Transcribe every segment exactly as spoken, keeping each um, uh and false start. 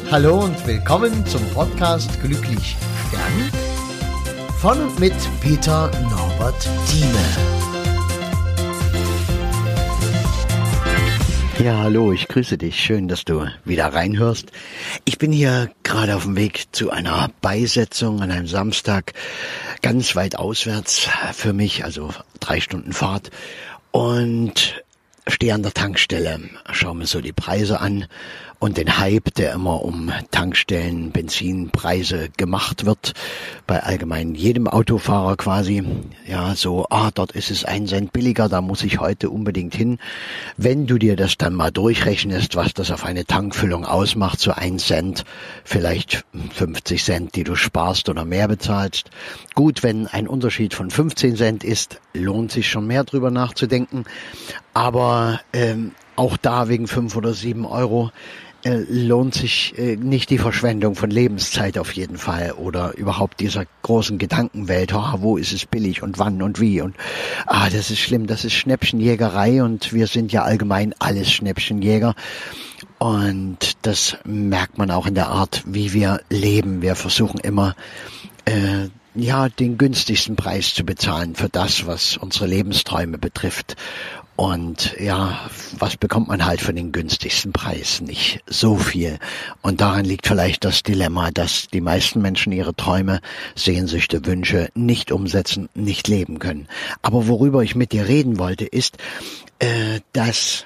Hallo und willkommen zum Podcast Glücklich Sterben von und mit Peter Norbert Thieme. Ja, hallo, ich grüße dich. Schön, dass du wieder reinhörst. Ich bin hier gerade auf dem Weg zu einer Beisetzung an einem Samstag, ganz weit auswärts für mich, also drei Stunden Fahrt, und stehe an der Tankstelle, schaue mir so die Preise an und den Hype, der immer um Tankstellen, Benzinpreise gemacht wird, bei allgemein jedem Autofahrer quasi. Ja, so, ah, dort ist es ein Cent billiger, da muss ich heute unbedingt hin. Wenn du dir das dann mal durchrechnest, was das auf eine Tankfüllung ausmacht, so ein Cent, vielleicht fünfzig Cent, die du sparst oder mehr bezahlst. Gut, wenn ein Unterschied von fünfzehn Cent ist, lohnt sich schon mehr drüber nachzudenken. Aber ähm, auch da wegen fünf oder sieben Euro äh, lohnt sich äh, nicht die Verschwendung von Lebenszeit auf jeden Fall oder überhaupt dieser großen Gedankenwelt, oh, wo ist es billig und wann und wie und ah, das ist schlimm, das ist Schnäppchenjägerei und wir sind ja allgemein alles Schnäppchenjäger. Und das merkt man auch in der Art, wie wir leben. Wir versuchen immer äh, ja den günstigsten Preis zu bezahlen für das, was unsere Lebensträume betrifft. Und ja, was bekommt man halt für den günstigsten Preis? Nicht so viel. Und daran liegt vielleicht das Dilemma, dass die meisten Menschen ihre Träume, Sehnsüchte, Wünsche nicht umsetzen, nicht leben können. Aber worüber ich mit dir reden wollte, ist, äh, dass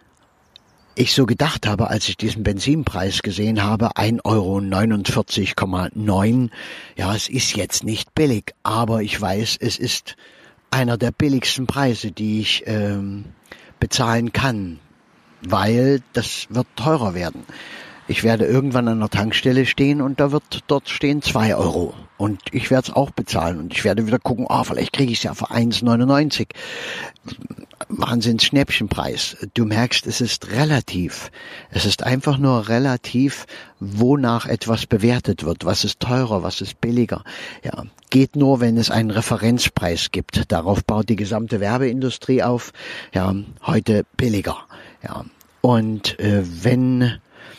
ich so gedacht habe, als ich diesen Benzinpreis gesehen habe, ein Euro neunundvierzig Komma neun. Ja, es ist jetzt nicht billig, aber ich weiß, es ist einer der billigsten Preise, die ich ähm, bezahlen kann, weil das wird teurer werden. Ich werde irgendwann an der Tankstelle stehen und da wird dort stehen zwei Euro und ich werde es auch bezahlen und ich werde wieder gucken, ah, oh, vielleicht kriege ich es ja für eins neunundneunzig. Wahnsinns Schnäppchenpreis. Du merkst, es ist relativ. Es ist einfach nur relativ, wonach etwas bewertet wird. Was ist teurer, was ist billiger? Ja, geht nur, wenn es einen Referenzpreis gibt. Darauf baut die gesamte Werbeindustrie auf. Ja, heute billiger. Ja, und äh, wenn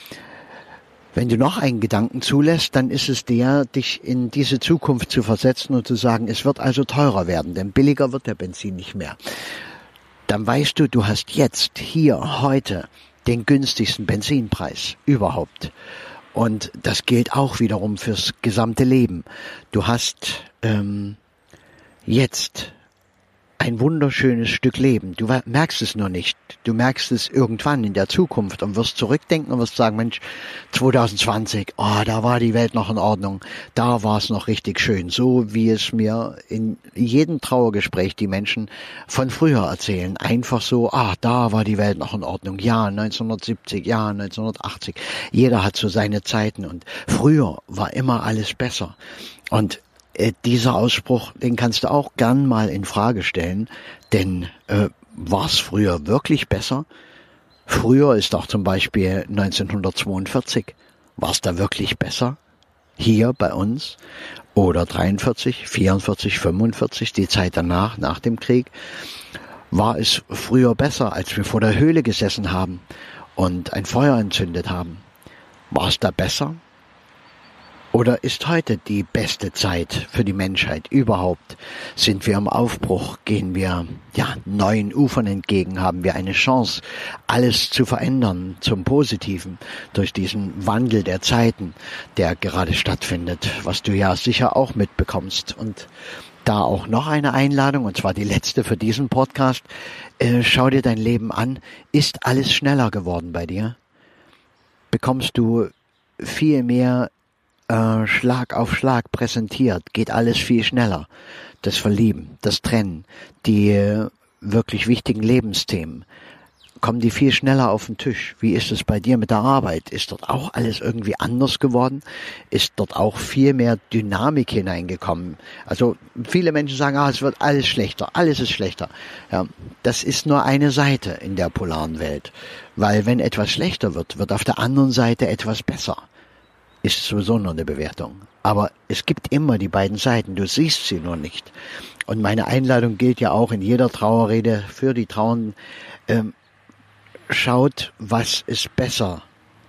Wenn du noch einen Gedanken zulässt, dann ist es der, dich in diese Zukunft zu versetzen und zu sagen, es wird also teurer werden, denn billiger wird der Benzin nicht mehr. Dann weißt du, du hast jetzt, hier, heute, den günstigsten Benzinpreis überhaupt. Und das gilt auch wiederum fürs gesamte Leben. Du hast ähm, jetzt ein wunderschönes Stück Leben. Du merkst es nur nicht. Du merkst es irgendwann in der Zukunft und wirst zurückdenken und wirst sagen, Mensch, zwanzig zwanzig, oh, da war die Welt noch in Ordnung. Da war es noch richtig schön. So wie es mir in jedem Trauergespräch die Menschen von früher erzählen. Einfach so, ah, da war die Welt noch in Ordnung. Ja, neunzehnhundertsiebzig, ja, neunzehnhundertachtzig. Jeder hat so seine Zeiten und früher war immer alles besser. Und Äh, dieser Ausspruch, den kannst du auch gern mal in Frage stellen, denn äh, war es früher wirklich besser? Früher ist auch zum Beispiel neunzehnhundertzweiundvierzig. War es da wirklich besser? Hier bei uns? Oder dreiundvierzig, vierundvierzig, fünfundvierzig, die Zeit danach, nach dem Krieg? War es früher besser, als wir vor der Höhle gesessen haben und ein Feuer entzündet haben? War es da besser? Oder ist heute die beste Zeit für die Menschheit überhaupt? Sind wir im Aufbruch? Gehen wir ja neuen Ufern entgegen? Haben wir eine Chance, alles zu verändern zum Positiven durch diesen Wandel der Zeiten, der gerade stattfindet, was du ja sicher auch mitbekommst? Und da auch noch eine Einladung, und zwar die letzte für diesen Podcast. Äh, schau dir dein Leben an. Ist alles schneller geworden bei dir? Bekommst du viel mehr Schlag auf Schlag präsentiert, geht alles viel schneller. Das Verlieben, das Trennen, die wirklich wichtigen Lebensthemen, kommen die viel schneller auf den Tisch. Wie ist es bei dir mit der Arbeit? Ist dort auch alles irgendwie anders geworden? Ist dort auch viel mehr Dynamik hineingekommen? Also viele Menschen sagen, ah, es wird alles schlechter, alles ist schlechter. Ja, das ist nur eine Seite in der polaren Welt. Weil wenn etwas schlechter wird, wird auf der anderen Seite etwas besser. Ist sowieso nur eine Bewertung. Aber es gibt immer die beiden Seiten, du siehst sie nur nicht. Und meine Einladung gilt ja auch in jeder Trauerrede für die Trauernden. Ähm, schaut, was ist besser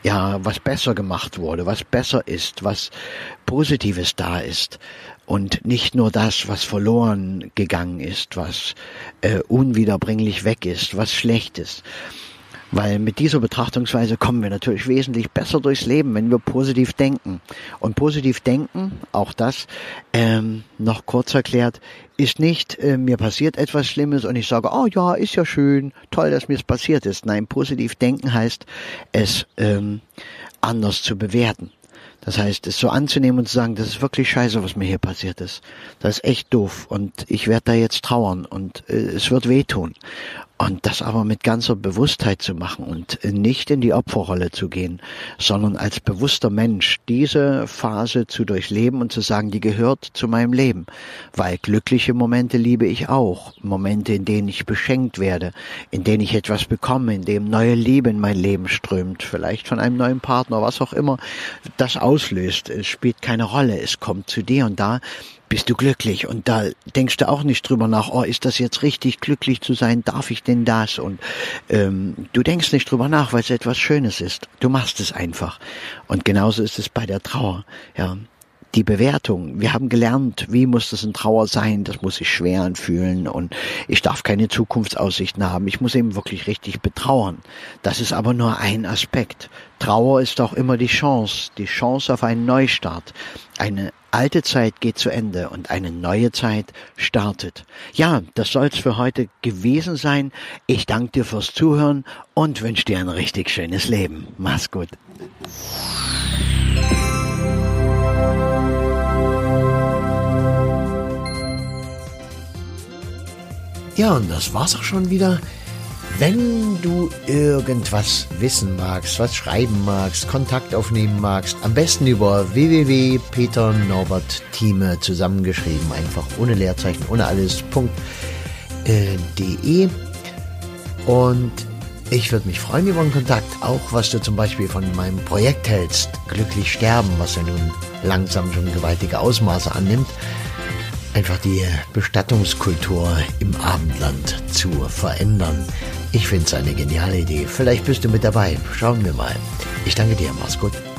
ja, was besser gemacht wurde, was besser ist, was Positives da ist und nicht nur das, was verloren gegangen ist, was äh, unwiederbringlich weg ist, was schlecht ist. Weil mit dieser Betrachtungsweise kommen wir natürlich wesentlich besser durchs Leben, wenn wir positiv denken. Und positiv denken, auch das ähm, noch kurz erklärt, ist nicht, äh, mir passiert etwas Schlimmes und ich sage, oh ja, ist ja schön, toll, dass mir es passiert ist. Nein, positiv denken heißt, es ähm, anders zu bewerten. Das heißt, es so anzunehmen und zu sagen, das ist wirklich scheiße, was mir hier passiert ist. Das ist echt doof und ich werde da jetzt trauern und äh, es wird wehtun. Und das aber mit ganzer Bewusstheit zu machen und nicht in die Opferrolle zu gehen, sondern als bewusster Mensch diese Phase zu durchleben und zu sagen, die gehört zu meinem Leben. Weil glückliche Momente liebe ich auch. Momente, in denen ich beschenkt werde, in denen ich etwas bekomme, in dem neue Liebe in mein Leben strömt, vielleicht von einem neuen Partner, was auch immer das auslöst. Es spielt keine Rolle, es kommt zu dir und da bist du glücklich und da denkst du auch nicht drüber nach, oh, ist das jetzt richtig, glücklich zu sein, darf ich denn das? Und ähm, du denkst nicht drüber nach, weil es etwas Schönes ist. Du machst es einfach. Und genauso ist es bei der Trauer. Ja, die Bewertung. Wir haben gelernt, wie muss das in Trauer sein? Das muss sich schwer anfühlen und ich darf keine Zukunftsaussichten haben. Ich muss eben wirklich richtig betrauern. Das ist aber nur ein Aspekt. Trauer ist auch immer die Chance, die Chance auf einen Neustart. Eine alte Zeit geht zu Ende und eine neue Zeit startet. Ja, das soll's für heute gewesen sein. Ich danke dir fürs Zuhören und wünsche dir ein richtig schönes Leben. Mach's gut. Ja, und das war's auch schon wieder. Wenn du irgendwas wissen magst, was schreiben magst, Kontakt aufnehmen magst, am besten über w w w punkt peter norbert thieme zusammengeschrieben, einfach ohne Leerzeichen, ohne alles, Punkt, äh, de. Und ich würde mich freuen über einen Kontakt, auch was du zum Beispiel von meinem Projekt hältst, Glücklich sterben, was ja nun langsam schon gewaltige Ausmaße annimmt. Einfach die Bestattungskultur im Abendland zu verändern. Ich finde es eine geniale Idee. Vielleicht bist du mit dabei. Schauen wir mal. Ich danke dir. Mach's gut.